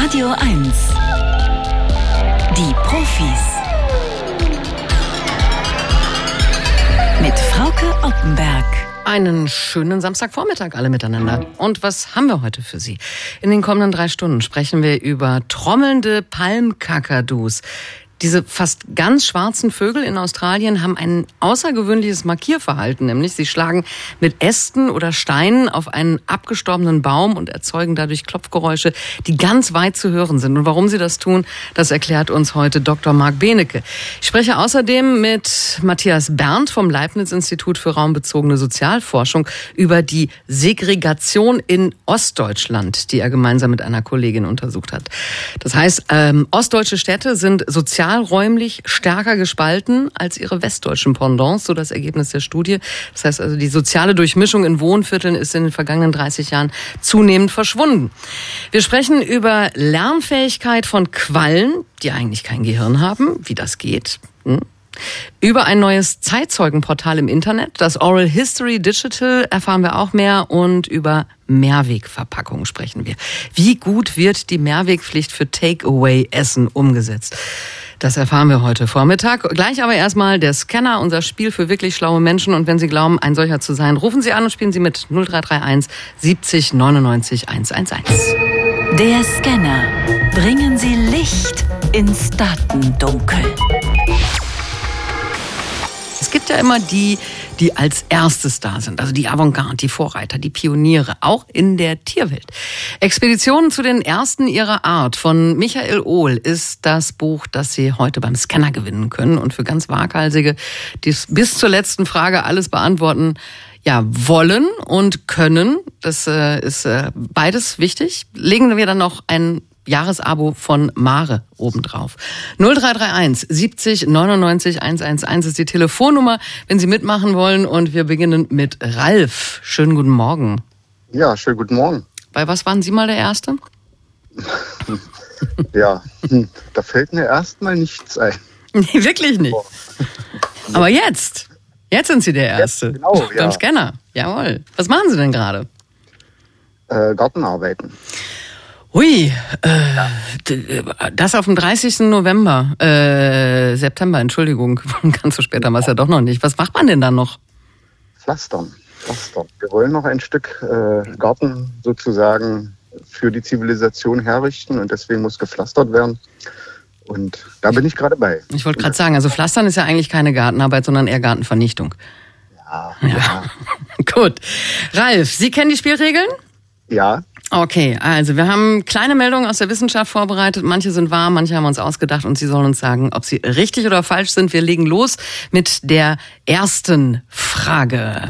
Radio 1. Die Profis. Mit Frauke Oppenberg. Einen schönen Samstagvormittag alle miteinander. Und was haben wir heute für Sie? In den kommenden 3 Stunden sprechen wir über trommelnde Palmkakadus. Diese fast ganz schwarzen Vögel in Australien haben ein außergewöhnliches Markierverhalten, nämlich sie schlagen mit Ästen oder Steinen auf einen abgestorbenen Baum und erzeugen dadurch Klopfgeräusche, die ganz weit zu hören sind. Und warum sie das tun, das erklärt uns heute Dr. Marc Benecke. Ich spreche außerdem mit Matthias Berndt vom Leibniz-Institut für raumbezogene Sozialforschung über die Segregation in Ostdeutschland, die er gemeinsam mit einer Kollegin untersucht hat. Das heißt, ostdeutsche Städte sind sozialräumlich stärker gespalten als ihre westdeutschen Pendants, so das Ergebnis der Studie. Das heißt also, die soziale Durchmischung in Wohnvierteln ist in den vergangenen 30 Jahren zunehmend verschwunden. Wir sprechen über Lernfähigkeit von Quallen, die eigentlich kein Gehirn haben, wie das geht. Über ein neues Zeitzeugenportal im Internet, das Oral History Digital, erfahren wir auch mehr, und über Mehrwegverpackungen sprechen wir. Wie gut wird die Mehrwegpflicht für Takeaway-Essen umgesetzt? Das erfahren wir heute Vormittag. Gleich aber erstmal der Scanner, unser Spiel für wirklich schlaue Menschen. Und wenn Sie glauben, ein solcher zu sein, rufen Sie an und spielen Sie mit 0331 70 99 111. Der Scanner. Bringen Sie Licht ins Datendunkel. Es gibt ja immer die als erstes da sind, also die Avantgarde, die Vorreiter, die Pioniere, auch in der Tierwelt. Expeditionen zu den Ersten ihrer Art von Michael Ohl ist das Buch, das Sie heute beim Scanner gewinnen können und für ganz Waghalsige, die bis zur letzten Frage alles beantworten, ja, wollen und können. Das ist beides wichtig. Legen wir dann noch ein Jahresabo von Mare obendrauf. 0331 70 99 111 ist die Telefonnummer, wenn Sie mitmachen wollen. Und wir beginnen mit Ralf. Schönen guten Morgen. Ja, schönen guten Morgen. Bei was waren Sie mal der Erste? Ja, da fällt mir erstmal nichts ein. Nee, wirklich nicht. Aber jetzt sind Sie der Erste. Jetzt, genau, ja. Beim Scanner. Jawohl. Was machen Sie denn gerade? Gartenarbeiten. Hui, das auf dem 30. September, Entschuldigung, ganz so spät haben wir es ja doch noch nicht. Was macht man denn dann noch? Pflastern. Wir wollen noch ein Stück Garten sozusagen für die Zivilisation herrichten und deswegen muss gepflastert werden. Und da bin ich gerade bei. Ich wollte gerade sagen, also Pflastern ist ja eigentlich keine Gartenarbeit, sondern eher Gartenvernichtung. Ja. Gut. Ralf, Sie kennen die Spielregeln? Ja. Okay, also wir haben kleine Meldungen aus der Wissenschaft vorbereitet. Manche sind wahr, manche haben wir uns ausgedacht und Sie sollen uns sagen, ob sie richtig oder falsch sind. Wir legen los mit der ersten Frage.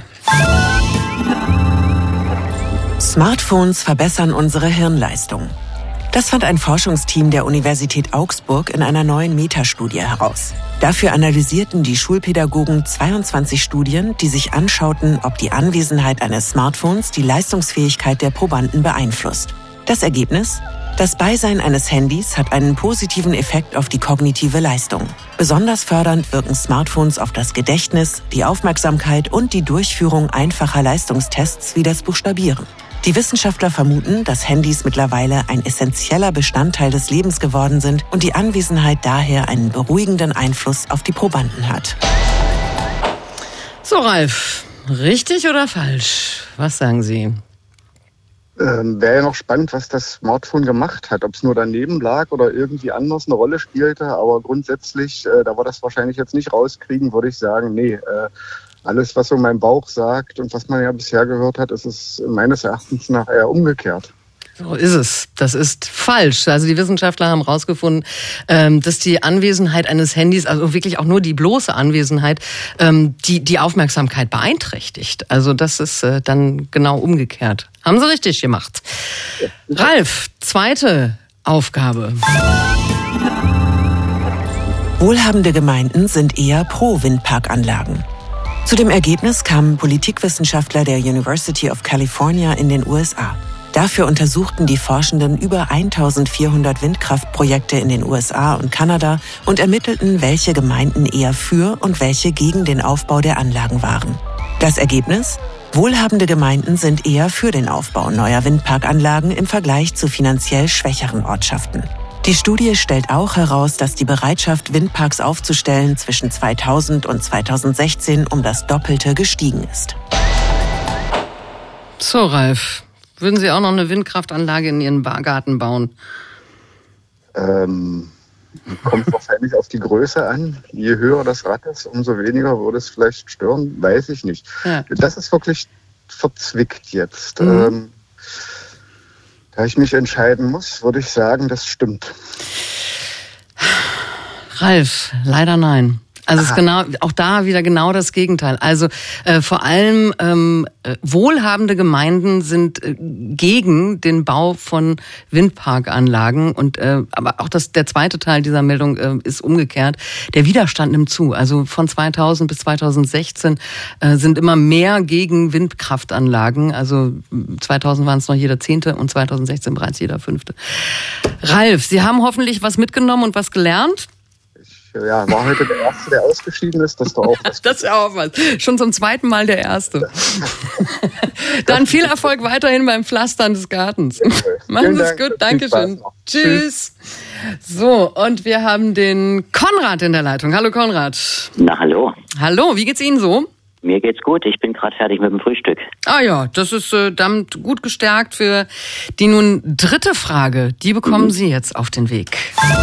Smartphones verbessern unsere Hirnleistung. Das fand ein Forschungsteam der Universität Augsburg in einer neuen Metastudie heraus. Dafür analysierten die Schulpädagogen 22 Studien, die sich anschauten, ob die Anwesenheit eines Smartphones die Leistungsfähigkeit der Probanden beeinflusst. Das Ergebnis? Das Beisein eines Handys hat einen positiven Effekt auf die kognitive Leistung. Besonders fördernd wirken Smartphones auf das Gedächtnis, die Aufmerksamkeit und die Durchführung einfacher Leistungstests wie das Buchstabieren. Die Wissenschaftler vermuten, dass Handys mittlerweile ein essentieller Bestandteil des Lebens geworden sind und die Anwesenheit daher einen beruhigenden Einfluss auf die Probanden hat. So, Ralf, richtig oder falsch? Was sagen Sie? Wäre ja noch spannend, was das Smartphone gemacht hat. Ob es nur daneben lag oder irgendwie anders eine Rolle spielte. Aber grundsätzlich, da wir das wahrscheinlich jetzt nicht rauskriegen, würde ich sagen, nee. Alles, was so mein Bauch sagt und was man ja bisher gehört hat, ist es meines Erachtens nach eher umgekehrt. So ist es. Das ist falsch. Also die Wissenschaftler haben herausgefunden, dass die Anwesenheit eines Handys, also wirklich auch nur die bloße Anwesenheit, die Aufmerksamkeit beeinträchtigt. Also das ist dann genau umgekehrt. Haben sie richtig gemacht. Ja. Ralf, zweite Aufgabe. Wohlhabende Gemeinden sind eher pro Windparkanlagen. Zu dem Ergebnis kamen Politikwissenschaftler der University of California in den USA. Dafür untersuchten die Forschenden über 1400 Windkraftprojekte in den USA und Kanada und ermittelten, welche Gemeinden eher für und welche gegen den Aufbau der Anlagen waren. Das Ergebnis? Wohlhabende Gemeinden sind eher für den Aufbau neuer Windparkanlagen im Vergleich zu finanziell schwächeren Ortschaften. Die Studie stellt auch heraus, dass die Bereitschaft, Windparks aufzustellen, zwischen 2000 und 2016 um das Doppelte gestiegen ist. So, Ralf, würden Sie auch noch eine Windkraftanlage in Ihren Garten bauen? Kommt wahrscheinlich auf die Größe an. Je höher das Rad ist, umso weniger würde es vielleicht stören, weiß ich nicht. Ja. Das ist wirklich verzwickt jetzt. Da ich mich entscheiden muss, würde ich sagen, das stimmt. Ralf, leider nein. Also es ist genau, auch da wieder genau das Gegenteil. Also vor allem wohlhabende Gemeinden sind gegen den Bau von Windparkanlagen und aber auch der zweite Teil dieser Meldung ist umgekehrt. Der Widerstand nimmt zu. Also von 2000 bis 2016 sind immer mehr gegen Windkraftanlagen. Also 2000 waren es noch jeder 10. und 2016 bereits jeder 5. Ralf, Sie haben hoffentlich was mitgenommen und was gelernt. Ja, war heute der Erste, der ausgeschieden ist. Das ist doch auch was. Das ist ja auch was. Schon zum zweiten Mal der Erste. Dann viel Erfolg weiterhin beim Pflastern des Gartens. Machen Sie es gut. Dankeschön. Tschüss. So, und wir haben den Konrad in der Leitung. Hallo Konrad. Na, hallo. Hallo, wie geht's Ihnen so? Mir geht's gut. Ich bin gerade fertig mit dem Frühstück. Ah ja, das ist damit gut gestärkt für die nun dritte Frage. Die bekommen Sie jetzt auf den Weg.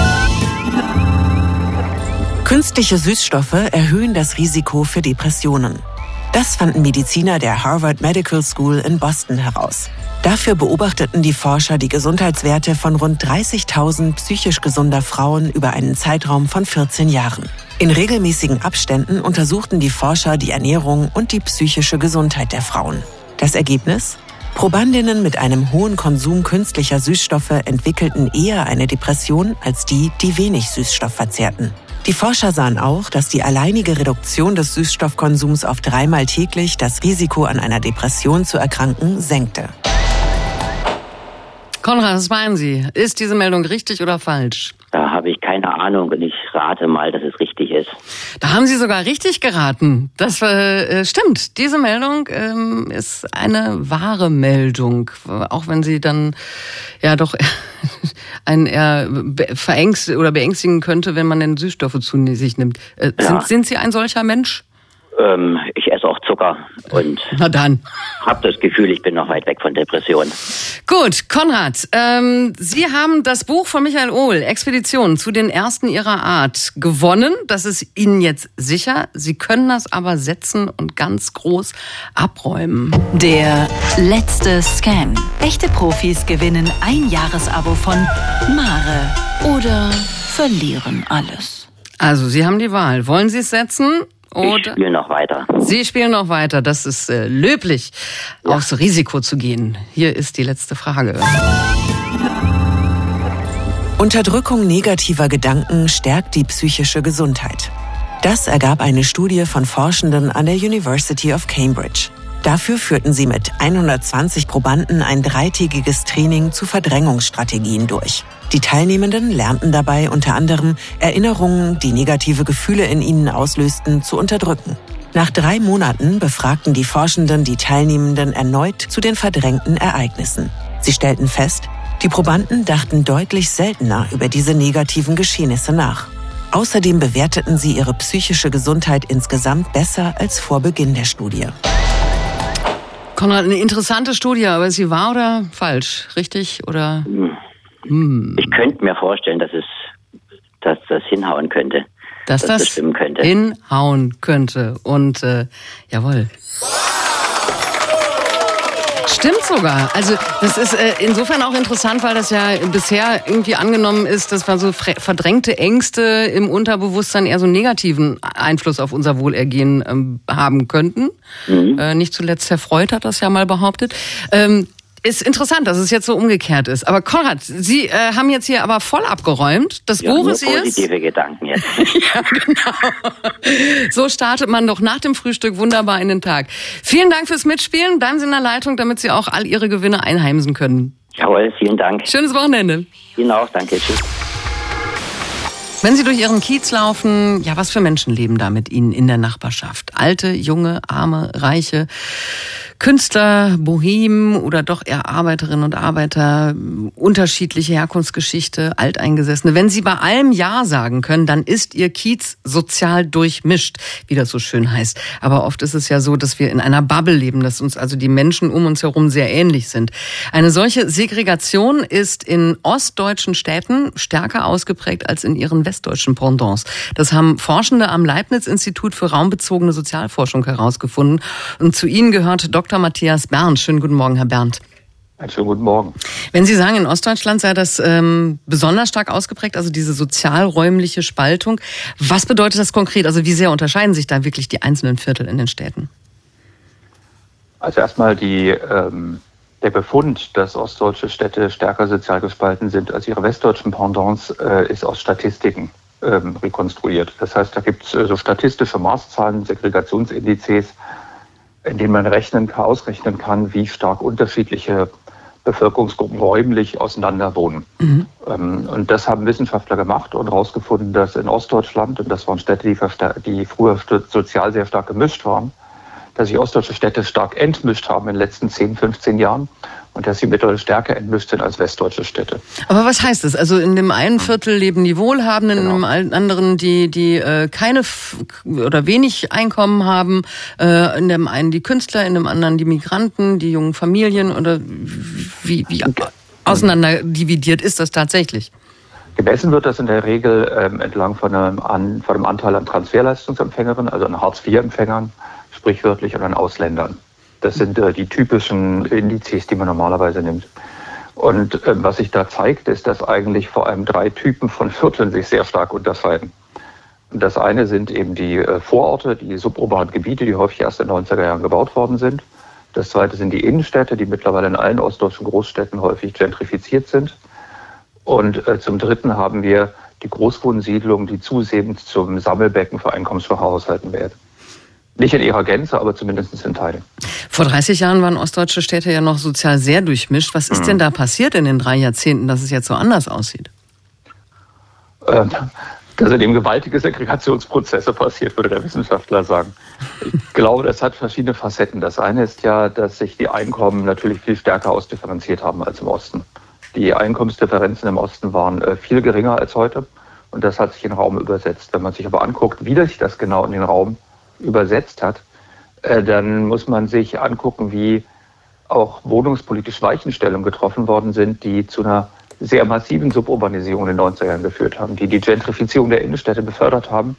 Künstliche Süßstoffe erhöhen das Risiko für Depressionen. Das fanden Mediziner der Harvard Medical School in Boston heraus. Dafür beobachteten die Forscher die Gesundheitswerte von rund 30.000 psychisch gesunder Frauen über einen Zeitraum von 14 Jahren. In regelmäßigen Abständen untersuchten die Forscher die Ernährung und die psychische Gesundheit der Frauen. Das Ergebnis? Probandinnen mit einem hohen Konsum künstlicher Süßstoffe entwickelten eher eine Depression als die, die wenig Süßstoff verzehrten. Die Forscher sahen auch, dass die alleinige Reduktion des Süßstoffkonsums auf 3-mal täglich das Risiko an einer Depression zu erkranken senkte. Konrad, was meinen Sie? Ist diese Meldung richtig oder falsch? Da habe ich keine Ahnung und ich rate mal, dass es richtig ist. Da haben Sie sogar richtig geraten. Das stimmt. Diese Meldung ist eine wahre Meldung. Auch wenn sie dann ja doch einen eher beängstigen könnte, wenn man den Süßstoffe zu sich nimmt. Sind Sie ein solcher Mensch? Ich esse auch Zucker und na dann. Habe das Gefühl, ich bin noch weit weg von Depressionen. Gut, Konrad, Sie haben das Buch von Michael Ohl, Expeditionen zu den Ersten ihrer Art, gewonnen. Das ist Ihnen jetzt sicher. Sie können das aber setzen und ganz groß abräumen. Der letzte Scam. Echte Profis gewinnen ein Jahresabo von Mare oder verlieren alles. Also, Sie haben die Wahl. Wollen Sie es setzen? Ich spiele noch weiter. Sie spielen noch weiter. Das ist löblich, aufs Risiko zu gehen. Hier ist die letzte Frage. Unterdrückung negativer Gedanken stärkt die psychische Gesundheit. Das ergab eine Studie von Forschenden an der University of Cambridge. Dafür führten sie mit 120 Probanden ein 3-tägiges Training zu Verdrängungsstrategien durch. Die Teilnehmenden lernten dabei unter anderem Erinnerungen, die negative Gefühle in ihnen auslösten, zu unterdrücken. Nach 3 Monaten befragten die Forschenden die Teilnehmenden erneut zu den verdrängten Ereignissen. Sie stellten fest, die Probanden dachten deutlich seltener über diese negativen Geschehnisse nach. Außerdem bewerteten sie ihre psychische Gesundheit insgesamt besser als vor Beginn der Studie. Konrad, eine interessante Studie, aber ist sie wahr oder falsch? Richtig oder? Ich könnte mir vorstellen, dass das hinhauen könnte. Dass das stimmen könnte. Hinhauen könnte. Und jawohl. Stimmt sogar. Also das ist insofern auch interessant, weil das ja bisher irgendwie angenommen ist, dass wir so verdrängte Ängste im Unterbewusstsein eher so einen negativen Einfluss auf unser Wohlergehen haben könnten. Nicht zuletzt Herr Freud hat das ja mal behauptet. Ist interessant, dass es jetzt so umgekehrt ist. Aber Konrad, Sie haben jetzt hier aber voll abgeräumt. Das Buch ist Ihres. Positive Gedanken jetzt. Ja, genau. So startet man doch nach dem Frühstück wunderbar in den Tag. Vielen Dank fürs Mitspielen. Bleiben Sie in der Leitung, damit Sie auch all Ihre Gewinne einheimsen können. Jawohl, vielen Dank. Schönes Wochenende. Ihnen auch, danke. Tschüss. Wenn Sie durch Ihren Kiez laufen, ja, was für Menschen leben da mit Ihnen in der Nachbarschaft? Alte, junge, arme, reiche, Künstler, Bohem oder doch eher Arbeiterinnen und Arbeiter, unterschiedliche Herkunftsgeschichte, Alteingesessene. Wenn Sie bei allem Ja sagen können, dann ist Ihr Kiez sozial durchmischt, wie das so schön heißt. Aber oft ist es ja so, dass wir in einer Bubble leben, dass uns also die Menschen um uns herum sehr ähnlich sind. Eine solche Segregation ist in ostdeutschen Städten stärker ausgeprägt als in ihren westdeutschen Pendants. Das haben Forschende am Leibniz-Institut für raumbezogene Sozialforschung herausgefunden. Und zu ihnen gehört Dr. Matthias Berndt. Schönen guten Morgen, Herr Berndt. Einen schönen guten Morgen. Wenn Sie sagen, in Ostdeutschland sei das besonders stark ausgeprägt, also diese sozialräumliche Spaltung, was bedeutet das konkret? Also wie sehr unterscheiden sich da wirklich die einzelnen Viertel in den Städten? Also erstmal der Befund, dass ostdeutsche Städte stärker sozial gespalten sind als ihre westdeutschen Pendants, ist aus Statistiken rekonstruiert. Das heißt, da gibt es so statistische Maßzahlen, Segregationsindizes, in denen man ausrechnen kann, wie stark unterschiedliche Bevölkerungsgruppen räumlich auseinander wohnen. Mhm. Und das haben Wissenschaftler gemacht und herausgefunden, dass in Ostdeutschland, und das waren Städte, die früher sozial sehr stark gemischt waren, dass sich ostdeutsche Städte stark entmischt haben in den letzten 10, 15 Jahren und dass sie mittlerweile stärker entmischt sind als westdeutsche Städte. Aber was heißt das? Also in dem einen Viertel leben die Wohlhabenden, genau. In dem anderen die keine oder wenig Einkommen haben, in dem einen die Künstler, in dem anderen die Migranten, die jungen Familien, oder wie auseinander dividiert ist das tatsächlich? Gemessen wird das in der Regel entlang von einem Anteil an Transferleistungsempfängerinnen, also an Hartz-IV-Empfängern, sprichwörtlich, oder an Ausländern. Das sind die typischen Indizes, die man normalerweise nimmt. Und was sich da zeigt, ist, dass eigentlich vor allem 3 Typen von Vierteln sich sehr stark unterscheiden. Und das eine sind eben die Vororte, die suburbanen Gebiete, die häufig erst in den 90er Jahren gebaut worden sind. Das zweite sind die Innenstädte, die mittlerweile in allen ostdeutschen Großstädten häufig gentrifiziert sind. Und zum dritten haben wir die Großwohnsiedlungen, die zusehends zum Sammelbecken für einkommensschwache Haushalten werden. Nicht in ihrer Gänze, aber zumindest in Teilen. Vor 30 Jahren waren ostdeutsche Städte ja noch sozial sehr durchmischt. Was ist denn da passiert in den 3 Jahrzehnten, dass es jetzt so anders aussieht? Da sind eben gewaltige Segregationsprozesse passiert, würde der Wissenschaftler sagen. Ich glaube, das hat verschiedene Facetten. Das eine ist ja, dass sich die Einkommen natürlich viel stärker ausdifferenziert haben als im Osten. Die Einkommensdifferenzen im Osten waren viel geringer als heute und das hat sich in den Raum übersetzt. Wenn man sich aber anguckt, wie sich das genau in den Raum übersetzt hat, dann muss man sich angucken, wie auch wohnungspolitisch Weichenstellungen getroffen worden sind, die zu einer sehr massiven Suburbanisierung in den 90er Jahren geführt haben, die die Gentrifizierung der Innenstädte befördert haben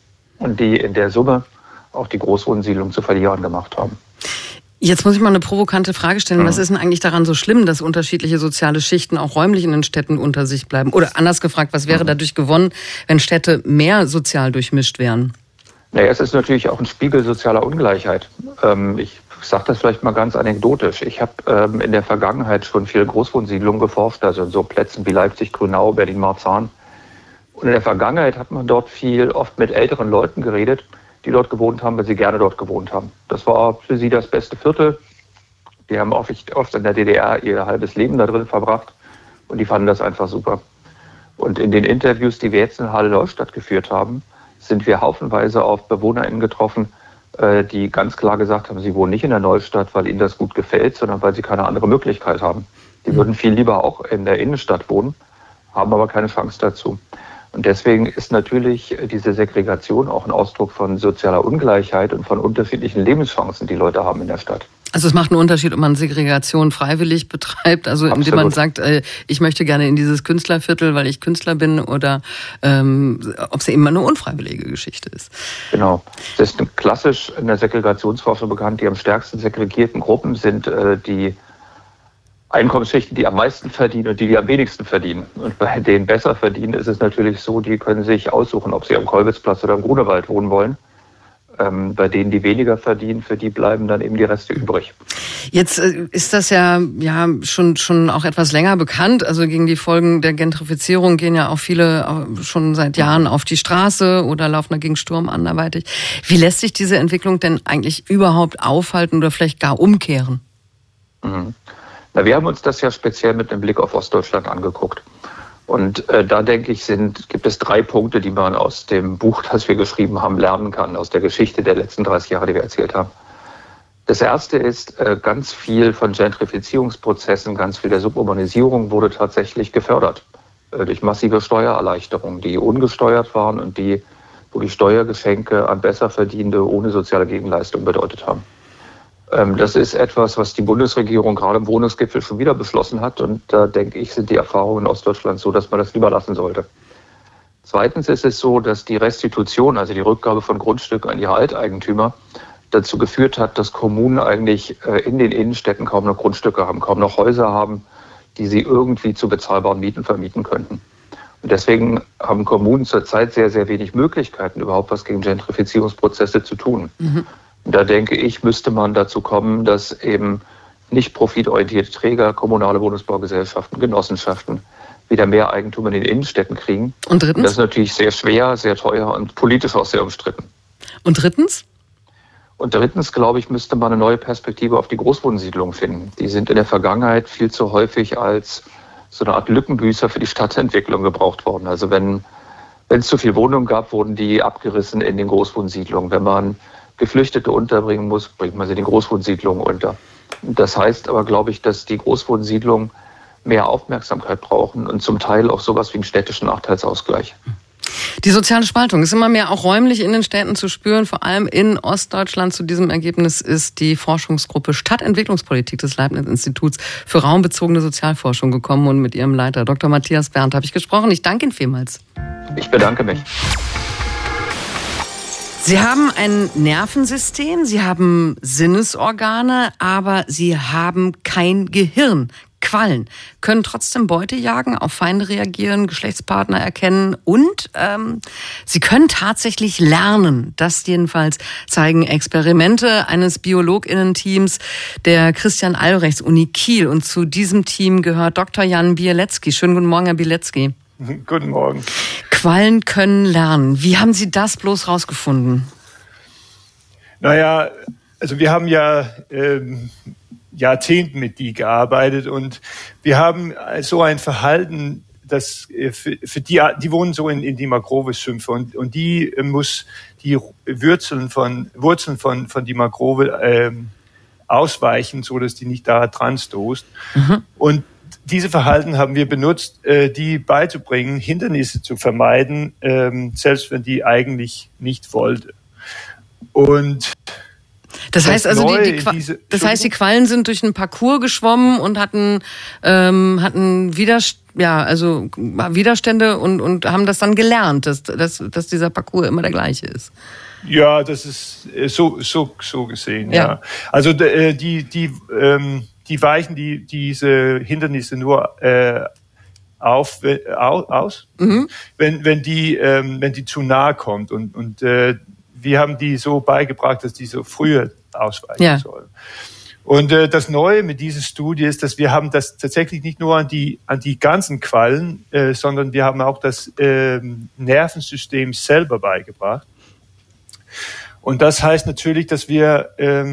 und die in der Summe auch die Großwohnsiedlung zu Verlierern gemacht haben. Jetzt muss ich mal eine provokante Frage stellen. Was ist denn eigentlich daran so schlimm, dass unterschiedliche soziale Schichten auch räumlich in den Städten unter sich bleiben? Oder anders gefragt, was wäre dadurch gewonnen, wenn Städte mehr sozial durchmischt wären? Naja, es ist natürlich auch ein Spiegel sozialer Ungleichheit. Ich sage das vielleicht mal ganz anekdotisch. Ich habe in der Vergangenheit schon viel Großwohnsiedlungen geforscht, also in so Plätzen wie Leipzig, Grünau, Berlin-Marzahn. Und in der Vergangenheit hat man dort oft mit älteren Leuten geredet, die dort gewohnt haben, weil sie gerne dort gewohnt haben. Das war für sie das beste Viertel. Die haben oft in der DDR ihr halbes Leben da drin verbracht und die fanden das einfach super. Und in den Interviews, die wir jetzt in Halle-Neustadt geführt haben, sind wir haufenweise auf BewohnerInnen getroffen, die ganz klar gesagt haben, sie wohnen nicht in der Neustadt, weil ihnen das gut gefällt, sondern weil sie keine andere Möglichkeit haben. Die würden viel lieber auch in der Innenstadt wohnen, haben aber keine Chance dazu. Und deswegen ist natürlich diese Segregation auch ein Ausdruck von sozialer Ungleichheit und von unterschiedlichen Lebenschancen, die Leute haben in der Stadt. Also es macht einen Unterschied, ob man Segregation freiwillig betreibt, also indem man sagt, ich möchte gerne in dieses Künstlerviertel, weil ich Künstler bin, oder ob es eben eine unfreiwillige Geschichte ist. Genau. Das ist klassisch in der Segregationsforschung bekannt. Die am stärksten segregierten Gruppen sind die Einkommensschichten, die am meisten verdienen und die am wenigsten verdienen. Und bei denen besser verdienen ist es natürlich so, die können sich aussuchen, ob sie am Kolbitzplatz oder im Grunewald wohnen wollen. Bei denen, die weniger verdienen, für die bleiben dann eben die Reste übrig. Jetzt ist das ja schon auch etwas länger bekannt. Also gegen die Folgen der Gentrifizierung gehen ja auch viele schon seit Jahren auf die Straße oder laufen dagegen Sturm anderweitig. Wie lässt sich diese Entwicklung denn eigentlich überhaupt aufhalten oder vielleicht gar umkehren? Na, wir haben uns das ja speziell mit einem Blick auf Ostdeutschland angeguckt. Und da denke ich, gibt es 3 Punkte, die man aus dem Buch, das wir geschrieben haben, lernen kann, aus der Geschichte der letzten 30 Jahre, die wir erzählt haben. Das erste ist, ganz viel von Gentrifizierungsprozessen, ganz viel der Suburbanisierung wurde tatsächlich gefördert durch massive Steuererleichterungen, die ungesteuert waren und wo die Steuergeschenke an Besserverdienende ohne soziale Gegenleistung bedeutet haben. Das ist etwas, was die Bundesregierung gerade im Wohnungsgipfel schon wieder beschlossen hat. Und da denke ich, sind die Erfahrungen in Ostdeutschland so, dass man das lieber lassen sollte. Zweitens ist es so, dass die Restitution, also die Rückgabe von Grundstücken an ihre Alteigentümer, dazu geführt hat, dass Kommunen eigentlich in den Innenstädten kaum noch Grundstücke haben, kaum noch Häuser haben, die sie irgendwie zu bezahlbaren Mieten vermieten könnten. Und deswegen haben Kommunen zurzeit sehr, sehr wenig Möglichkeiten, überhaupt was gegen Gentrifizierungsprozesse zu tun. Mhm. Und da denke ich, müsste man dazu kommen, dass eben nicht profitorientierte Träger, kommunale Wohnungsbaugesellschaften, Genossenschaften wieder mehr Eigentum in den Innenstädten kriegen. Und drittens? Und das ist natürlich sehr schwer, sehr teuer und politisch auch sehr umstritten. Und drittens? Und drittens, glaube ich, müsste man eine neue Perspektive auf die Großwohnsiedlungen finden. Die sind in der Vergangenheit viel zu häufig als so eine Art Lückenbüßer für die Stadtentwicklung gebraucht worden. Also wenn es zu viel Wohnungen gab, wurden die abgerissen in den Großwohnsiedlungen. Wenn man Geflüchtete unterbringen muss, bringt man sie in den Großwohnsiedlungen unter. Das heißt aber, glaube ich, dass die Großwohnsiedlungen mehr Aufmerksamkeit brauchen und zum Teil auch sowas wie einen städtischen Nachteilsausgleich. Die soziale Spaltung ist immer mehr auch räumlich in den Städten zu spüren, vor allem in Ostdeutschland. Zu diesem Ergebnis ist die Forschungsgruppe Stadtentwicklungspolitik des Leibniz-Instituts für raumbezogene Sozialforschung gekommen und mit ihrem Leiter Dr. Matthias Berndt habe ich gesprochen. Ich danke Ihnen vielmals. Ich bedanke mich. Sie haben ein Nervensystem, Sie haben Sinnesorgane, aber Sie haben kein Gehirn. Quallen können trotzdem Beute jagen, auf Feinde reagieren, Geschlechtspartner erkennen und sie können tatsächlich lernen. Das jedenfalls zeigen Experimente eines BiologInnen-Teams der Christian-Albrechts-Uni Kiel. Und zu diesem Team gehört Dr. Jan Bilecki. Schönen guten Morgen, Herr Bilecki. Guten Morgen. Quallen können lernen. Wie haben Sie das bloß rausgefunden? Naja, also wir haben ja Jahrzehnten mit die gearbeitet und wir haben so ein Verhalten, das für die wohnen so in die Mangrove-Sümpfe und die muss die Wurzeln von die Mangrove ausweichen, so dass die nicht da dran stoßt. Mhm. Und diese Verhalten haben wir benutzt, die beizubringen, Hindernisse zu vermeiden, selbst wenn die eigentlich nicht wollte. Und das heißt also, die Quallen sind durch einen Parcours geschwommen und hatten Widerstände und haben das dann gelernt, dass dieser Parcours immer der gleiche ist. Ja, das ist so gesehen, ja. Also die weichen diese Hindernisse nur aus, wenn die zu nahe kommt und wir haben die so beigebracht, dass die so früher ausweichen sollen. Und das Neue mit dieser Studie ist, dass wir haben das tatsächlich nicht nur an die ganzen Quallen, sondern wir haben auch das Nervensystem selber beigebracht. Und das heißt natürlich, dass wir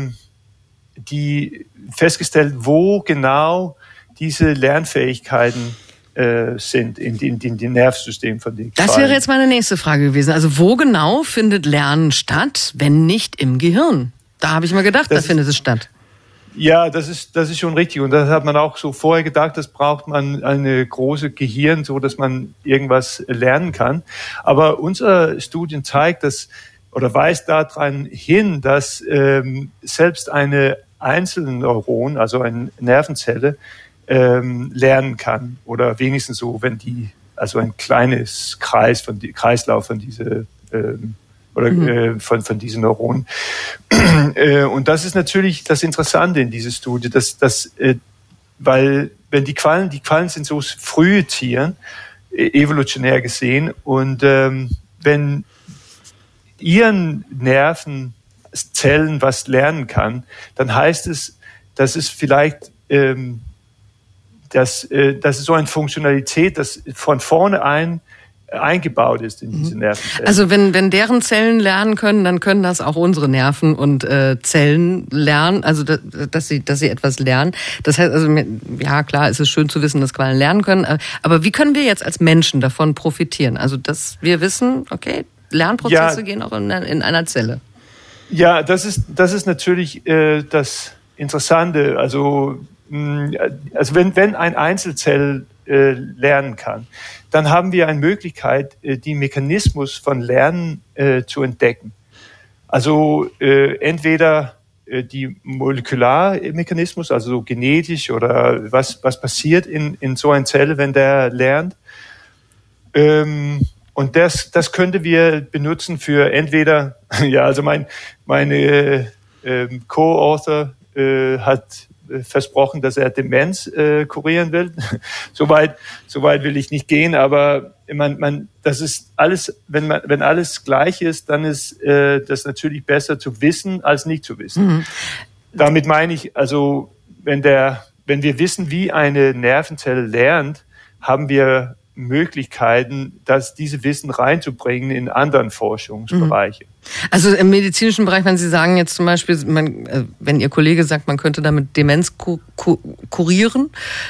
die festgestellt, wo genau diese Lernfähigkeiten sind in den Nervensystem von den Quallen. Das wäre jetzt meine nächste Frage gewesen. Also wo genau findet Lernen statt, wenn nicht im Gehirn? Da habe ich mal gedacht, da findet es statt. Ja, das ist schon richtig. Und das hat man auch so vorher gedacht, das braucht man eine große Gehirn, so dass man irgendwas lernen kann. Aber unser Studien zeigt, oder weist daran hin, dass selbst eine einzelne Neuron, also eine Nervenzelle, lernen kann oder wenigstens so, wenn also ein kleines Kreislauf von diese von diesen Neuronen. Und das ist natürlich das Interessante in dieser Studie, weil wenn die Quallen sind so frühe Tiere, evolutionär gesehen, und wenn ihren Nervenzellen was lernen kann, dann heißt es, dass es vielleicht das ist so eine Funktionalität, das von vorne eingebaut ist in diese Nervenzellen. Also wenn deren Zellen lernen können, dann können das auch unsere Nerven und Zellen lernen, also dass sie etwas lernen. Das heißt also, ja klar, es ist schön zu wissen, dass Quallen lernen können, aber wie können wir jetzt als Menschen davon profitieren? Also dass wir wissen, okay, Lernprozesse gehen auch in einer Zelle. Ja, das ist natürlich das Interessante. Also wenn ein Einzelzell lernen kann, dann haben wir eine Möglichkeit, die Mechanismus von Lernen zu entdecken. Also entweder die Molekularmechanismus, also genetisch oder was passiert in so einer Zelle, wenn der lernt. Und das könnte wir benutzen für entweder, ja, also meine Co-Author hat versprochen, dass er Demenz kurieren will. Soweit will ich nicht gehen, aber das ist alles, wenn alles gleich ist, dann ist das natürlich besser zu wissen als nicht zu wissen. Mhm. Damit meine ich, also wenn wir wissen, wie eine Nervenzelle lernt, haben wir Möglichkeiten, diese Wissen reinzubringen in anderen Forschungsbereiche. Also im medizinischen Bereich, wenn Sie sagen jetzt zum Beispiel, wenn Ihr Kollege sagt, man könnte damit Demenz kurieren,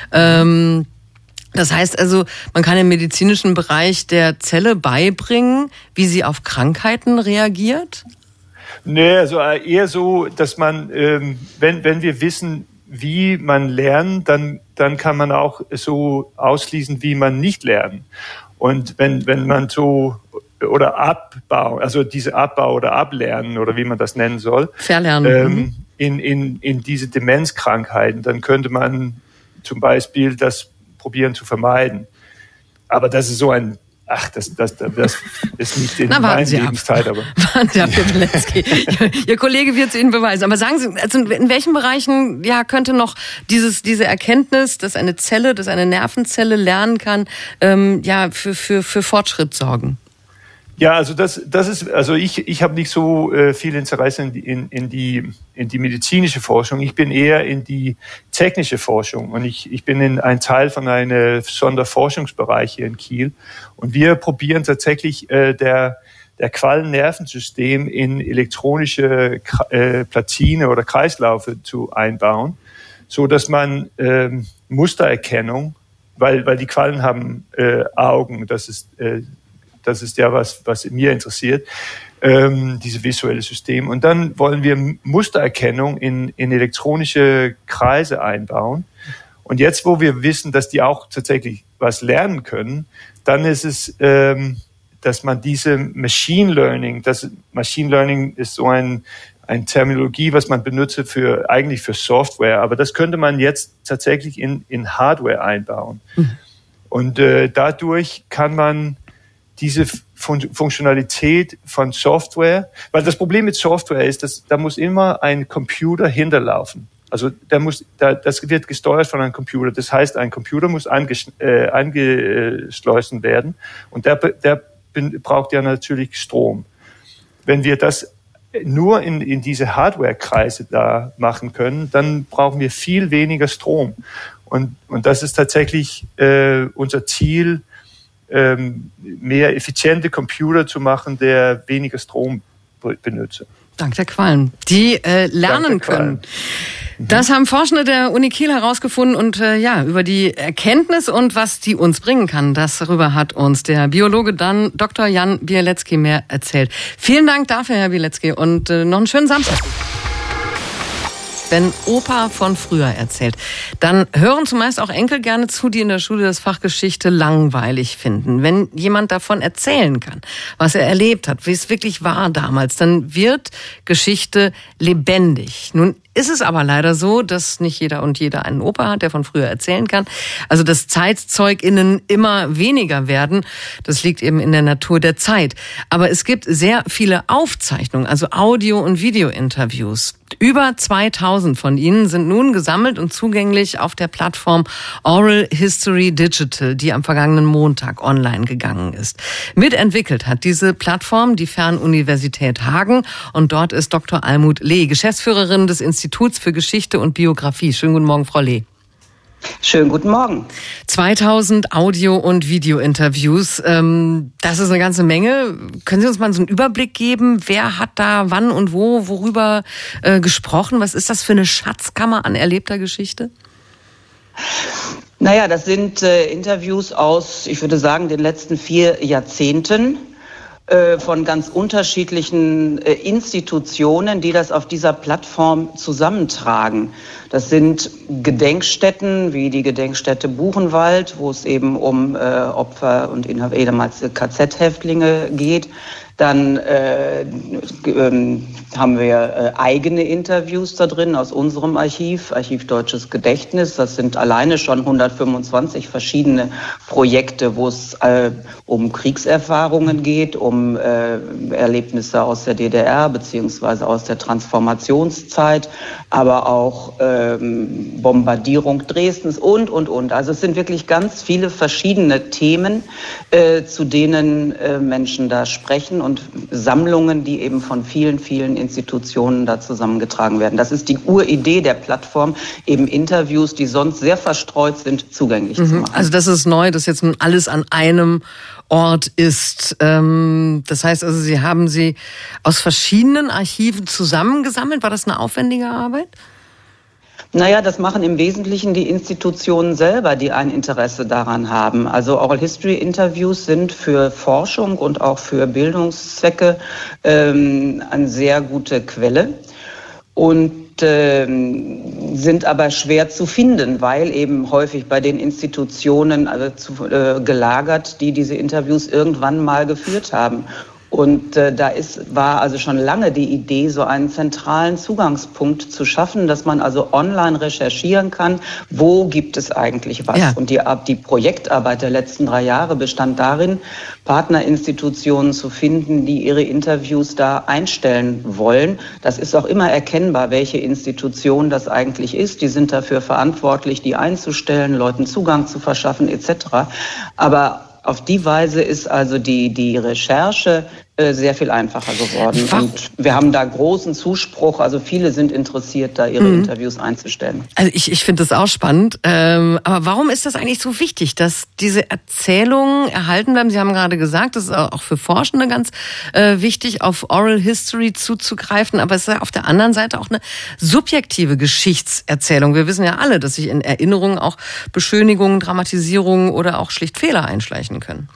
das heißt also, man kann im medizinischen Bereich der Zelle beibringen, wie sie auf Krankheiten reagiert? Nee, also eher so, dass man, wenn wir wissen, wie man lernt, dann kann man auch so ausschließen, wie man nicht lernt. Und wenn man so oder Abbau, also diese Abbau oder Ablernen oder wie man das nennen soll, Verlernen. In diese Demenzkrankheiten, dann könnte man zum Beispiel das probieren zu vermeiden. Aber das ist so ein das ist nicht in meiner Lebenszeit, aber. Warten Sie ab, Herr Bilecki. Ihr Kollege wird es Ihnen beweisen. Aber sagen Sie, also in welchen Bereichen könnte noch diese Erkenntnis, dass eine Nervenzelle lernen kann, für Fortschritt sorgen? Ja, also das ist, also ich habe nicht so viel Interesse in die medizinische Forschung. Ich bin eher in die technische Forschung und ich bin ein Teil von einem Sonderforschungsbereich hier in Kiel und wir probieren tatsächlich der Quallennervensystem in elektronische Platine oder Kreislaufe zu einbauen, so dass man Mustererkennung, weil die Quallen haben Augen, das ist ja was mir interessiert, diese visuelle System. Und dann wollen wir Mustererkennung in elektronische Kreise einbauen. Und jetzt, wo wir wissen, dass die auch tatsächlich was lernen können, dann ist es, dass man diese Machine Learning ist so eine Terminologie, was man benutzt eigentlich für Software, aber das könnte man jetzt tatsächlich in Hardware einbauen. Mhm. Und dadurch kann man diese Funktionalität von Software, weil das Problem mit Software ist, dass da muss immer ein Computer hinterlaufen. Also das wird gesteuert von einem Computer. Das heißt, ein Computer muss angeschlossen werden und der braucht ja natürlich Strom. Wenn wir das nur in diese Hardware-Kreise da machen können, dann brauchen wir viel weniger Strom. Und das ist tatsächlich unser Ziel, mehr effiziente Computer zu machen, der weniger Strom benutzt. Dank der Quallen, die lernen können. Das haben Forschende der Uni Kiel herausgefunden und über die Erkenntnis und was die uns bringen kann, darüber hat uns der Biologe dann Dr. Jan Bilecki mehr erzählt. Vielen Dank dafür, Herr Bilecki, und noch einen schönen Samstag. Wenn Opa von früher erzählt, dann hören zumeist auch Enkel gerne zu, die in der Schule das Fach Geschichte langweilig finden. Wenn jemand davon erzählen kann, was er erlebt hat, wie es wirklich war damals, dann wird Geschichte lebendig. Nun ist es aber leider so, dass nicht jeder und jeder einen Opa hat, der von früher erzählen kann. Also dass ZeitzzeugInnen immer weniger werden, das liegt eben in der Natur der Zeit. Aber es gibt sehr viele Aufzeichnungen, also Audio- und Video-Interviews. Über 2000 von ihnen sind nun gesammelt und zugänglich auf der Plattform Oral History Digital, die am vergangenen Montag online gegangen ist. Mitentwickelt hat diese Plattform die Fernuniversität Hagen und dort ist Dr. Almut Lee, Geschäftsführerin des Instituts für Geschichte und Biografie. Schönen guten Morgen, Frau Lee. Schönen guten Morgen. 2000 Audio- und Video-Interviews, das ist eine ganze Menge. Können Sie uns mal so einen Überblick geben? Wer hat da wann und worüber gesprochen? Was ist das für eine Schatzkammer an erlebter Geschichte? Naja, das sind Interviews aus, ich würde sagen, den letzten 4 Jahrzehnten. von ganz unterschiedlichen Institutionen, die das auf dieser Plattform zusammentragen. Das sind Gedenkstätten wie die Gedenkstätte Buchenwald, wo es eben um Opfer und ehemals KZ-Häftlinge geht. Dann haben wir eigene Interviews da drin aus unserem Archiv Deutsches Gedächtnis. Das sind alleine schon 125 verschiedene Projekte, wo es um Kriegserfahrungen geht, um Erlebnisse aus der DDR beziehungsweise aus der Transformationszeit, aber auch Bombardierung Dresdens und. Also es sind wirklich ganz viele verschiedene Themen, zu denen Menschen da sprechen und Sammlungen, die eben von vielen, vielen Institutionen da zusammengetragen werden. Das ist die Uridee der Plattform, eben Interviews, die sonst sehr verstreut sind, zugänglich zu machen. Also das ist neu, dass jetzt alles an einem Ort ist. Das heißt also, Sie haben sie aus verschiedenen Archiven zusammengesammelt. War das eine aufwendige Arbeit? Naja, das machen im Wesentlichen die Institutionen selber, die ein Interesse daran haben. Also Oral History Interviews sind für Forschung und auch für Bildungszwecke eine sehr gute Quelle und sind aber schwer zu finden, weil eben häufig bei den Institutionen gelagert, die diese Interviews irgendwann mal geführt haben. Und war also schon lange die Idee, so einen zentralen Zugangspunkt zu schaffen, dass man also online recherchieren kann, wo gibt es eigentlich was. Ja. Und die Projektarbeit der letzten 3 Jahre bestand darin, Partnerinstitutionen zu finden, die ihre Interviews da einstellen wollen. Das ist auch immer erkennbar, welche Institution das eigentlich ist. Die sind dafür verantwortlich, die einzustellen, Leuten Zugang zu verschaffen etc. Aber auf die Weise ist also die Recherche sehr viel einfacher geworden. Und wir haben da großen Zuspruch. Also viele sind interessiert, da ihre Interviews einzustellen. Also ich finde das auch spannend. Aber warum ist das eigentlich so wichtig, dass diese Erzählungen erhalten bleiben? Sie haben gerade gesagt, das ist auch für Forschende ganz wichtig, auf Oral History zuzugreifen. Aber es ist ja auf der anderen Seite auch eine subjektive Geschichtserzählung. Wir wissen ja alle, dass sich in Erinnerungen auch Beschönigungen, Dramatisierungen oder auch schlicht Fehler einschleichen können.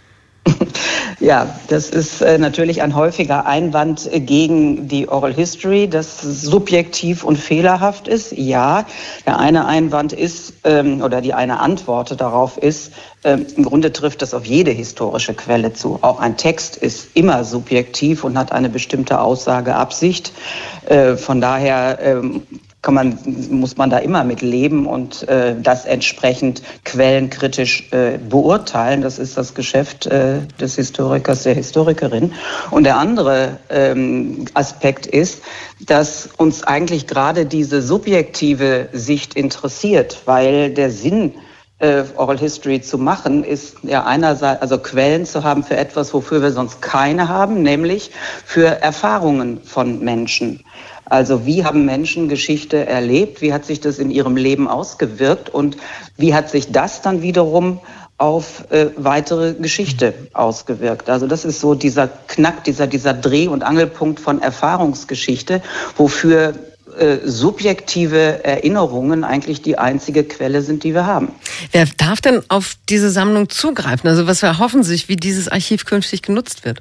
Ja, das ist natürlich ein häufiger Einwand gegen die Oral History, dass subjektiv und fehlerhaft ist. Ja, der eine Einwand ist, oder die eine Antwort darauf ist, im Grunde trifft das auf jede historische Quelle zu. Auch ein Text ist immer subjektiv und hat eine bestimmte Aussageabsicht. Von daher muss man da immer mit leben und das entsprechend quellenkritisch beurteilen. Das ist das Geschäft des Historikers, der Historikerin. Und der andere Aspekt ist, dass uns eigentlich gerade diese subjektive Sicht interessiert, weil der Sinn Oral History zu machen, ist ja einerseits, also Quellen zu haben für etwas, wofür wir sonst keine haben, nämlich für Erfahrungen von Menschen. Also wie haben Menschen Geschichte erlebt? Wie hat sich das in ihrem Leben ausgewirkt? Und wie hat sich das dann wiederum auf weitere Geschichte ausgewirkt? Also das ist so dieser Knack, dieser Dreh- und Angelpunkt von Erfahrungsgeschichte, wofür subjektive Erinnerungen eigentlich die einzige Quelle sind, die wir haben. Wer darf denn auf diese Sammlung zugreifen? Also was erhoffen Sie sich, wie dieses Archiv künftig genutzt wird?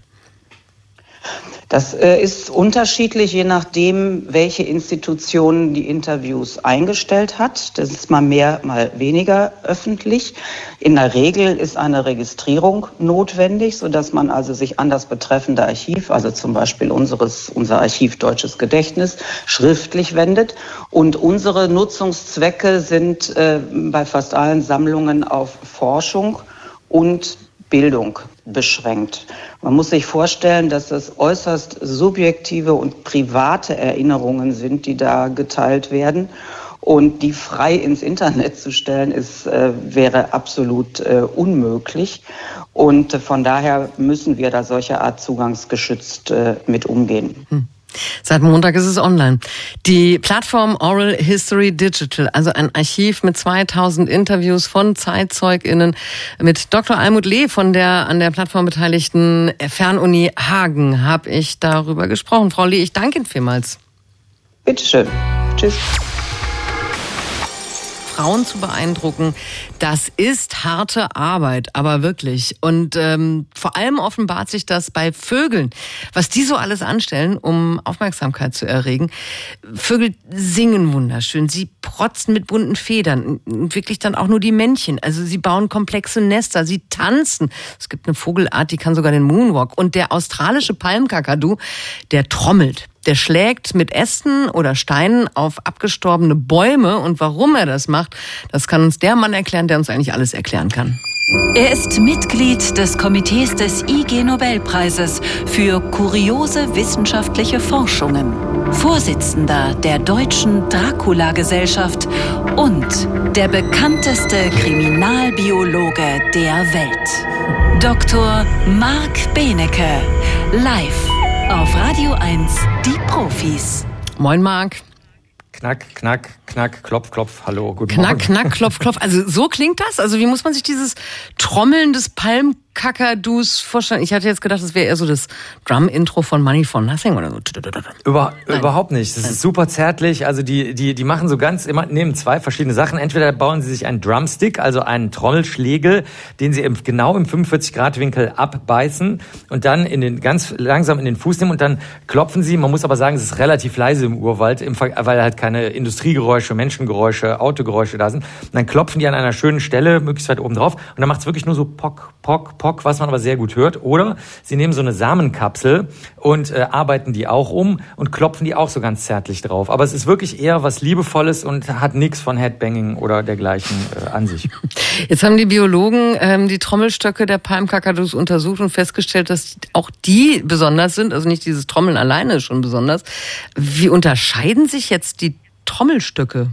Das ist unterschiedlich, je nachdem, welche Institution die Interviews eingestellt hat. Das ist mal mehr, mal weniger öffentlich. In der Regel ist eine Registrierung notwendig, sodass man also sich an das betreffende Archiv, also zum Beispiel unser Archiv Deutsches Gedächtnis, schriftlich wendet. Und unsere Nutzungszwecke sind bei fast allen Sammlungen auf Forschung und Bildung beschränkt. Man muss sich vorstellen, dass das äußerst subjektive und private Erinnerungen sind, die da geteilt werden. Und die frei ins Internet zu stellen, wäre absolut unmöglich. Und von daher müssen wir da solche Art zugangsgeschützt mit umgehen. Seit Montag ist es online. Die Plattform Oral History Digital, also ein Archiv mit 2000 Interviews von ZeitzeugInnen mit Dr. Almut Lee von der an der Plattform beteiligten Fernuni Hagen habe ich darüber gesprochen. Frau Lee, ich danke Ihnen vielmals. Bitteschön. Tschüss. Frauen zu beeindrucken, das ist harte Arbeit, aber wirklich. Und vor allem offenbart sich das bei Vögeln, was die so alles anstellen, um Aufmerksamkeit zu erregen. Vögel singen wunderschön, sie protzen mit bunten Federn, wirklich dann auch nur die Männchen. Also sie bauen komplexe Nester, sie tanzen. Es gibt eine Vogelart, die kann sogar den Moonwalk. Und der australische Palmkakadu, der trommelt. Der schlägt mit Ästen oder Steinen auf abgestorbene Bäume. Und warum er das macht, das kann uns der Mann erklären, der uns eigentlich alles erklären kann. Er ist Mitglied des Komitees des IG-Nobelpreises für kuriose wissenschaftliche Forschungen, Vorsitzender der Deutschen Dracula-Gesellschaft und der bekannteste Kriminalbiologe der Welt. Dr. Marc Benecke, live auf Radio 1, die Profis. Moin Marc. Knack, knack, knack, klopf, klopf, hallo, guten Morgen. Morgen. Knack, knack, klopf, klopf. Also so klingt das? Also wie muss man sich dieses Trommeln des Palmkakadus vorstellen? Ich hatte jetzt gedacht, das wäre eher so das Drum-Intro von Money for Nothing oder so. Überhaupt nicht. Das ist super zärtlich. Also die machen so ganz immer, nehmen zwei verschiedene Sachen. Entweder bauen sie sich einen Drumstick, also einen Trommelschlegel, den sie genau im 45-Grad-Winkel abbeißen und dann ganz langsam in den Fuß nehmen und dann klopfen sie. Man muss aber sagen, es ist relativ leise im Urwald, weil halt keine Industriegeräusche, Menschengeräusche, Autogeräusche da sind. Und dann klopfen die an einer schönen Stelle, möglichst weit oben drauf. Und dann macht es wirklich nur so Pock, Pock, Pock, was man aber sehr gut hört. Oder sie nehmen so eine Samenkapsel und arbeiten die auch um und klopfen die auch so ganz zärtlich drauf. Aber es ist wirklich eher was Liebevolles und hat nichts von Headbanging oder dergleichen an sich. Jetzt haben die Biologen die Trommelstöcke der Palmkakadus untersucht und festgestellt, dass auch die besonders sind. Also nicht dieses Trommeln alleine ist schon besonders. Wie unterscheiden sich jetzt die Trommelstöcke?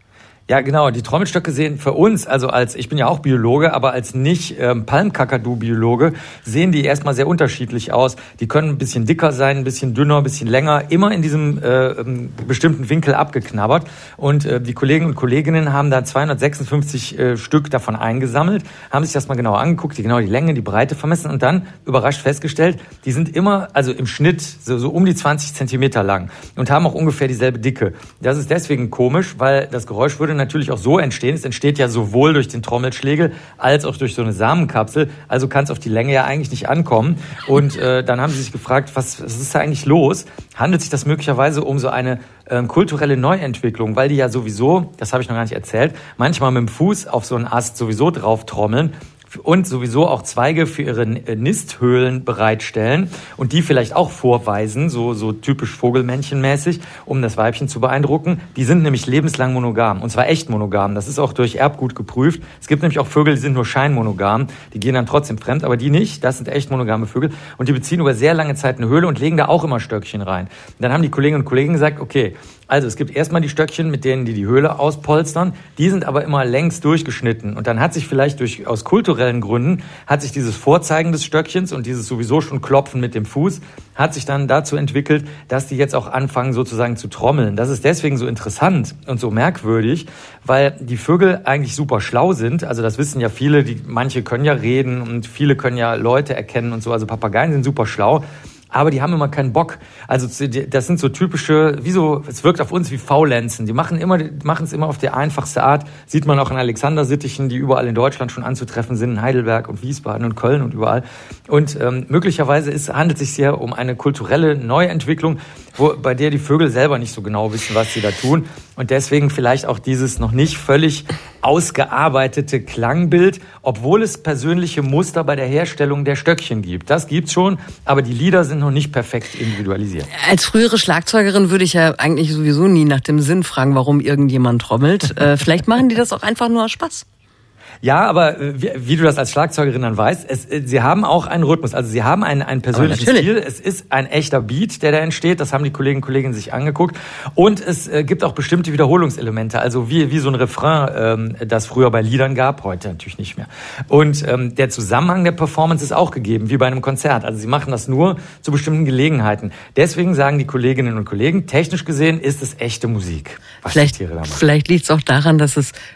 Ja, genau. Die Trommelstöcke sehen für uns, also ich bin ja auch Biologe, aber als nicht Palmkakadu-Biologe, sehen die erstmal sehr unterschiedlich aus. Die können ein bisschen dicker sein, ein bisschen dünner, ein bisschen länger, immer in diesem bestimmten Winkel abgeknabbert. Und die Kollegen und Kolleginnen haben da 256 Stück davon eingesammelt, haben sich das mal genau angeguckt, die Länge, die Breite vermessen und dann überrascht festgestellt, die sind immer, also im Schnitt so um die 20 Zentimeter lang und haben auch ungefähr dieselbe Dicke. Das ist deswegen komisch, weil das Geräusch würde natürlich auch so entstehen. Es entsteht ja sowohl durch den Trommelschlegel als auch durch so eine Samenkapsel. Also kann es auf die Länge ja eigentlich nicht ankommen. Und dann haben sie sich gefragt, was ist da eigentlich los? Handelt sich das möglicherweise um so eine kulturelle Neuentwicklung? Weil die ja sowieso, das habe ich noch gar nicht erzählt, manchmal mit dem Fuß auf so einen Ast sowieso drauf trommeln und sowieso auch Zweige für ihre Nisthöhlen bereitstellen und die vielleicht auch vorweisen, so typisch Vogelmännchenmäßig, um das Weibchen zu beeindrucken. Die sind nämlich lebenslang monogam, und zwar echt monogam. Das ist auch durch Erbgut geprüft. Es gibt nämlich auch Vögel, die sind nur scheinmonogam, die gehen dann trotzdem fremd, aber die nicht. Das sind echt monogame Vögel und die beziehen über sehr lange Zeit eine Höhle und legen da auch immer Stöckchen rein. Und dann haben die Kolleginnen und Kollegen gesagt, okay, also es gibt erstmal die Stöckchen, mit denen die Höhle auspolstern. Die sind aber immer längs durchgeschnitten. Und dann hat sich vielleicht aus kulturellen Gründen, hat sich dieses Vorzeigen des Stöckchens und dieses sowieso schon Klopfen mit dem Fuß, hat sich dann dazu entwickelt, dass die jetzt auch anfangen sozusagen zu trommeln. Das ist deswegen so interessant und so merkwürdig, weil die Vögel eigentlich super schlau sind. Also das wissen ja viele, manche können ja reden und viele können ja Leute erkennen und so. Also Papageien sind super schlau. Aber die haben immer keinen Bock. Also das sind so typische, es wirkt auf uns wie Faulenzen. Die machen es immer auf die einfachste Art. Sieht man auch in Alexandersittichen, die überall in Deutschland schon anzutreffen sind, in Heidelberg und Wiesbaden und Köln und überall. Und möglicherweise handelt es sich hier um eine kulturelle Neuentwicklung, bei der die Vögel selber nicht so genau wissen, was sie da tun. Und deswegen vielleicht auch dieses noch nicht völlig ausgearbeitete Klangbild, obwohl es persönliche Muster bei der Herstellung der Stöckchen gibt. Das gibt's schon, aber die Lieder sind noch nicht perfekt individualisiert. Als frühere Schlagzeugerin würde ich ja eigentlich sowieso nie nach dem Sinn fragen, warum irgendjemand trommelt. Vielleicht machen die das auch einfach nur aus Spaß. Ja, aber wie du das als Schlagzeugerin dann weißt, sie haben auch einen Rhythmus, also sie haben einen persönlichen Stil. Es ist ein echter Beat, der da entsteht, das haben die Kolleginnen und Kollegen sich angeguckt. Und es gibt auch bestimmte Wiederholungselemente, also wie so ein Refrain, das früher bei Liedern gab, heute natürlich nicht mehr. Und der Zusammenhang der Performance ist auch gegeben, wie bei einem Konzert. Also sie machen das nur zu bestimmten Gelegenheiten. Deswegen sagen die Kolleginnen und Kollegen, technisch gesehen ist es echte Musik. Vielleicht liegt es auch daran, dass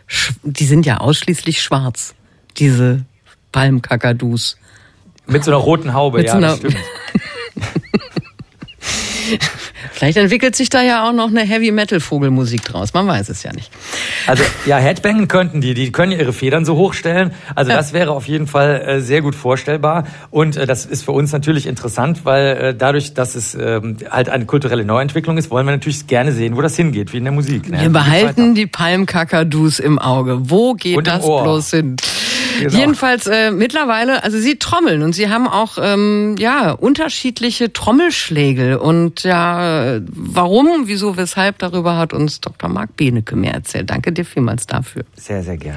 die sind ja ausschließlich schwarz, diese Palmkakadus. Mit so einer roten Haube, das stimmt. Vielleicht entwickelt sich da ja auch noch eine Heavy-Metal-Vogelmusik draus. Man weiß es ja nicht. Also ja, Headbangen könnten die können ja ihre Federn so hochstellen. Also das wäre auf jeden Fall sehr gut vorstellbar. Und das ist für uns natürlich interessant, weil dadurch, dass es halt eine kulturelle Neuentwicklung ist, wollen wir natürlich gerne sehen, wo das hingeht, wie in der Musik. Wir behalten die Palmkakadus im Auge. Wo geht das bloß hin? Genau. Jedenfalls mittlerweile, also Sie trommeln und Sie haben auch unterschiedliche Trommelschläge und warum, wieso, weshalb, darüber hat uns Dr. Marc Benecke mehr erzählt. Danke dir vielmals dafür. Sehr, sehr gerne.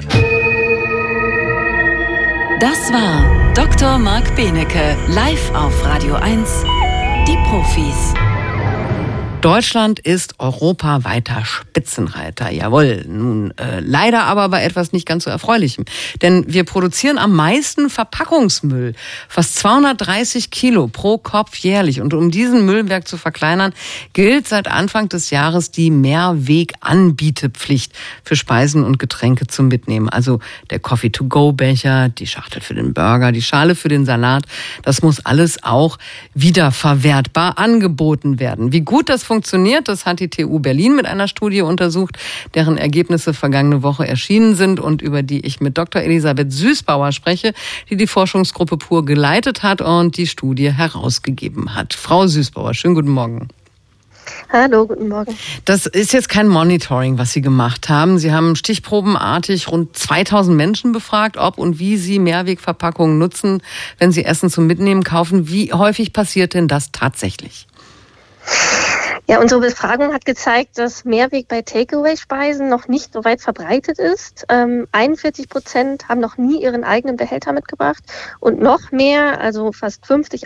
Das war Dr. Marc Benecke, live auf Radio 1, die Profis. Deutschland ist europaweiter Spitzenreiter, jawohl. Nun, leider aber bei etwas nicht ganz so Erfreulichem. Denn wir produzieren am meisten Verpackungsmüll. Fast 230 Kilo pro Kopf jährlich. Und um diesen Müllberg zu verkleinern, gilt seit Anfang des Jahres die Mehrweganbietepflicht für Speisen und Getränke zum Mitnehmen. Also der Coffee-to-go-Becher, die Schachtel für den Burger, die Schale für den Salat. Das muss alles auch wiederverwertbar angeboten werden. Wie gut das funktioniert, das hat die TU Berlin mit einer Studie untersucht, deren Ergebnisse vergangene Woche erschienen sind und über die ich mit Dr. Elisabeth Süßbauer spreche, die Forschungsgruppe PUR geleitet hat und die Studie herausgegeben hat. Frau Süßbauer, schönen guten Morgen. Hallo, guten Morgen. Das ist jetzt kein Monitoring, was Sie gemacht haben. Sie haben stichprobenartig rund 2000 Menschen befragt, ob und wie sie Mehrwegverpackungen nutzen, wenn sie Essen zum Mitnehmen kaufen. Wie häufig passiert denn das tatsächlich? Ja, unsere Befragung hat gezeigt, dass Mehrweg bei Takeaway-Speisen noch nicht so weit verbreitet ist. 41% haben noch nie ihren eigenen Behälter mitgebracht und noch mehr, also fast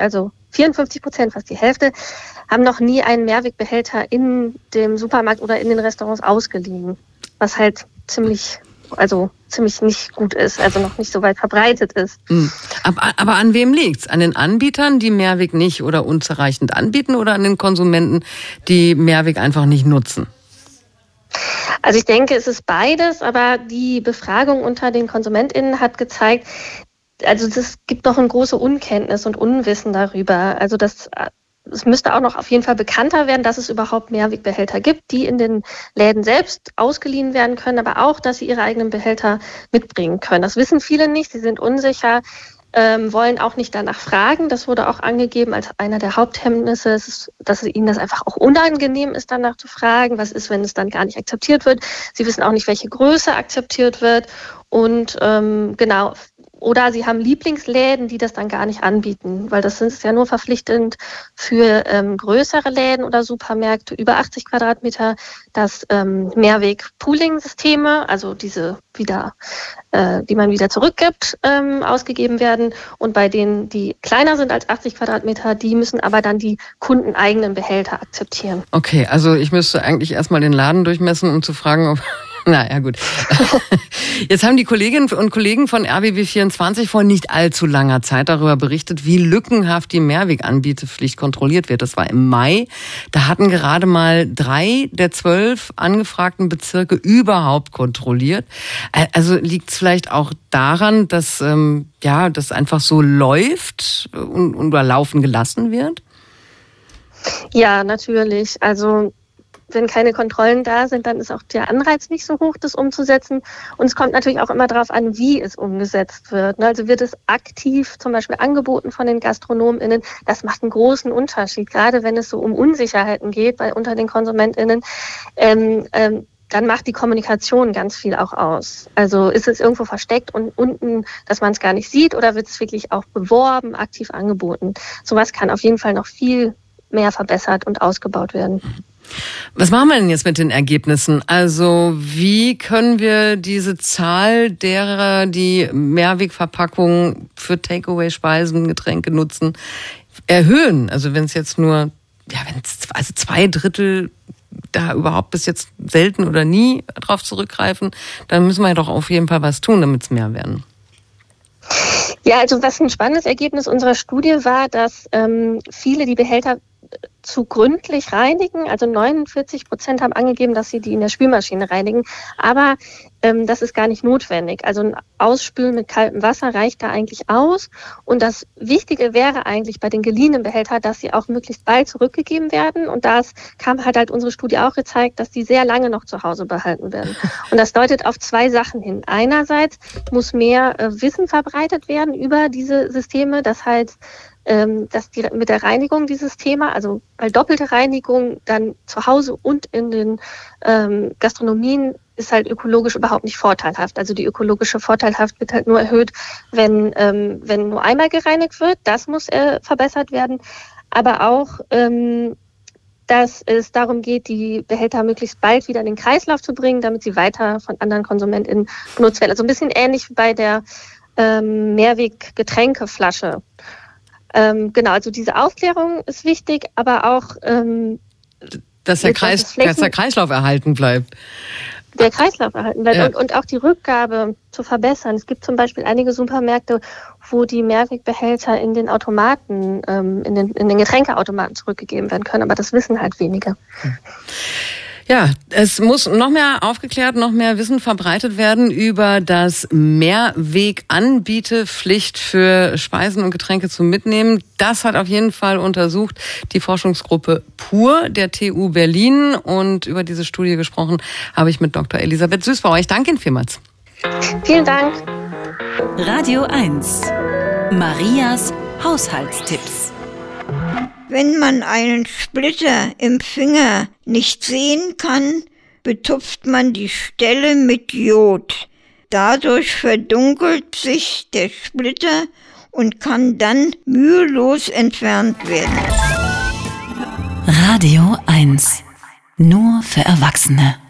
54%, fast die Hälfte, haben noch nie einen Mehrwegbehälter in dem Supermarkt oder in den Restaurants ausgeliehen, was halt ziemlich nicht gut ist, also noch nicht so weit verbreitet ist. Aber an wem liegt's? An den Anbietern, die Mehrweg nicht oder unzureichend anbieten, oder an den Konsumenten, die Mehrweg einfach nicht nutzen? Also ich denke, es ist beides, aber die Befragung unter den KonsumentInnen hat gezeigt, also es gibt noch eine große Unkenntnis und Unwissen darüber. Also es müsste auch noch auf jeden Fall bekannter werden, dass es überhaupt Mehrwegbehälter gibt, die in den Läden selbst ausgeliehen werden können, aber auch, dass sie ihre eigenen Behälter mitbringen können. Das wissen viele nicht, sie sind unsicher, wollen auch nicht danach fragen. Das wurde auch angegeben als einer der Haupthemmnisse, dass ihnen das einfach auch unangenehm ist, danach zu fragen. Was ist, wenn es dann gar nicht akzeptiert wird? Sie wissen auch nicht, welche Größe akzeptiert wird. Und oder sie haben Lieblingsläden, die das dann gar nicht anbieten, weil das ist ja nur verpflichtend für größere Läden oder Supermärkte über 80 Quadratmeter, dass Mehrweg-Pooling-Systeme, also diese die man wieder zurückgibt, ausgegeben werden. Und bei denen, die kleiner sind als 80 Quadratmeter, die müssen aber dann die kundeneigenen Behälter akzeptieren. Okay, also ich müsste eigentlich erstmal den Laden durchmessen, um zu fragen, ob... Na ja, gut. Jetzt haben die Kolleginnen und Kollegen von RBB24 vor nicht allzu langer Zeit darüber berichtet, wie lückenhaft die Mehrweganbietepflicht kontrolliert wird. Das war im Mai. Da hatten gerade mal 3 der 12 angefragten Bezirke überhaupt kontrolliert. Also liegt es vielleicht auch daran, dass das einfach so läuft und laufen gelassen wird? Ja, natürlich. Also wenn keine Kontrollen da sind, dann ist auch der Anreiz nicht so hoch, das umzusetzen. Und es kommt natürlich auch immer darauf an, wie es umgesetzt wird. Also wird es aktiv zum Beispiel angeboten von den GastronomInnen. Das macht einen großen Unterschied, gerade wenn es so um Unsicherheiten geht unter den KonsumentInnen. Dann macht die Kommunikation ganz viel auch aus. Also ist es irgendwo versteckt und unten, dass man es gar nicht sieht, oder wird es wirklich auch beworben, aktiv angeboten? Sowas kann auf jeden Fall noch viel mehr verbessert und ausgebaut werden. Was machen wir denn jetzt mit den Ergebnissen? Also wie können wir diese Zahl derer, die Mehrwegverpackungen für Takeaway-Speisen, Getränke nutzen, erhöhen? Also wenn es jetzt nur, wenn es 2/3 da überhaupt bis jetzt selten oder nie drauf zurückgreifen, dann müssen wir ja doch auf jeden Fall was tun, damit es mehr werden. Ja, also was ein spannendes Ergebnis unserer Studie war, dass viele die Behälter zu gründlich reinigen. Also 49% haben angegeben, dass sie die in der Spülmaschine reinigen. Aber das ist gar nicht notwendig. Also ein Ausspülen mit kaltem Wasser reicht da eigentlich aus. Und das Wichtige wäre eigentlich bei den geliehenen Behältern, dass sie auch möglichst bald zurückgegeben werden. Und das hat halt unsere Studie auch gezeigt, dass die sehr lange noch zu Hause behalten werden. Und das deutet auf zwei Sachen hin. Einerseits muss mehr Wissen verbreitet werden über diese Systeme. Das heißt, dass mit der Reinigung dieses Thema, also weil doppelte Reinigung dann zu Hause und in den Gastronomien ist halt ökologisch überhaupt nicht vorteilhaft. Also die ökologische Vorteilhaft wird halt nur erhöht, wenn nur einmal gereinigt wird. Das muss verbessert werden. Aber auch, dass es darum geht, die Behälter möglichst bald wieder in den Kreislauf zu bringen, damit sie weiter von anderen KonsumentInnen benutzt werden. Also ein bisschen ähnlich wie bei der Mehrweg-Getränkeflasche. Genau, also diese Aufklärung ist wichtig, aber auch dass der Kreislauf erhalten bleibt. Der Kreislauf erhalten bleibt, ja. Und auch die Rückgabe zu verbessern. Es gibt zum Beispiel einige Supermärkte, wo die Mehrwegbehälter in den Automaten, in den Getränkeautomaten zurückgegeben werden können, aber das wissen halt wenige. Ja, es muss noch mehr aufgeklärt, noch mehr Wissen verbreitet werden über das Mehrweganbietepflicht für Speisen und Getränke zum Mitnehmen. Das hat auf jeden Fall untersucht die Forschungsgruppe PUR der TU Berlin. Und über diese Studie gesprochen habe ich mit Dr. Elisabeth Süßbauer. Ich danke Ihnen vielmals. Vielen Dank. Radio 1. Marias Haushaltstipps. Wenn man einen Splitter im Finger nicht sehen kann, betupft man die Stelle mit Jod. Dadurch verdunkelt sich der Splitter und kann dann mühelos entfernt werden. Radio 1. Nur für Erwachsene.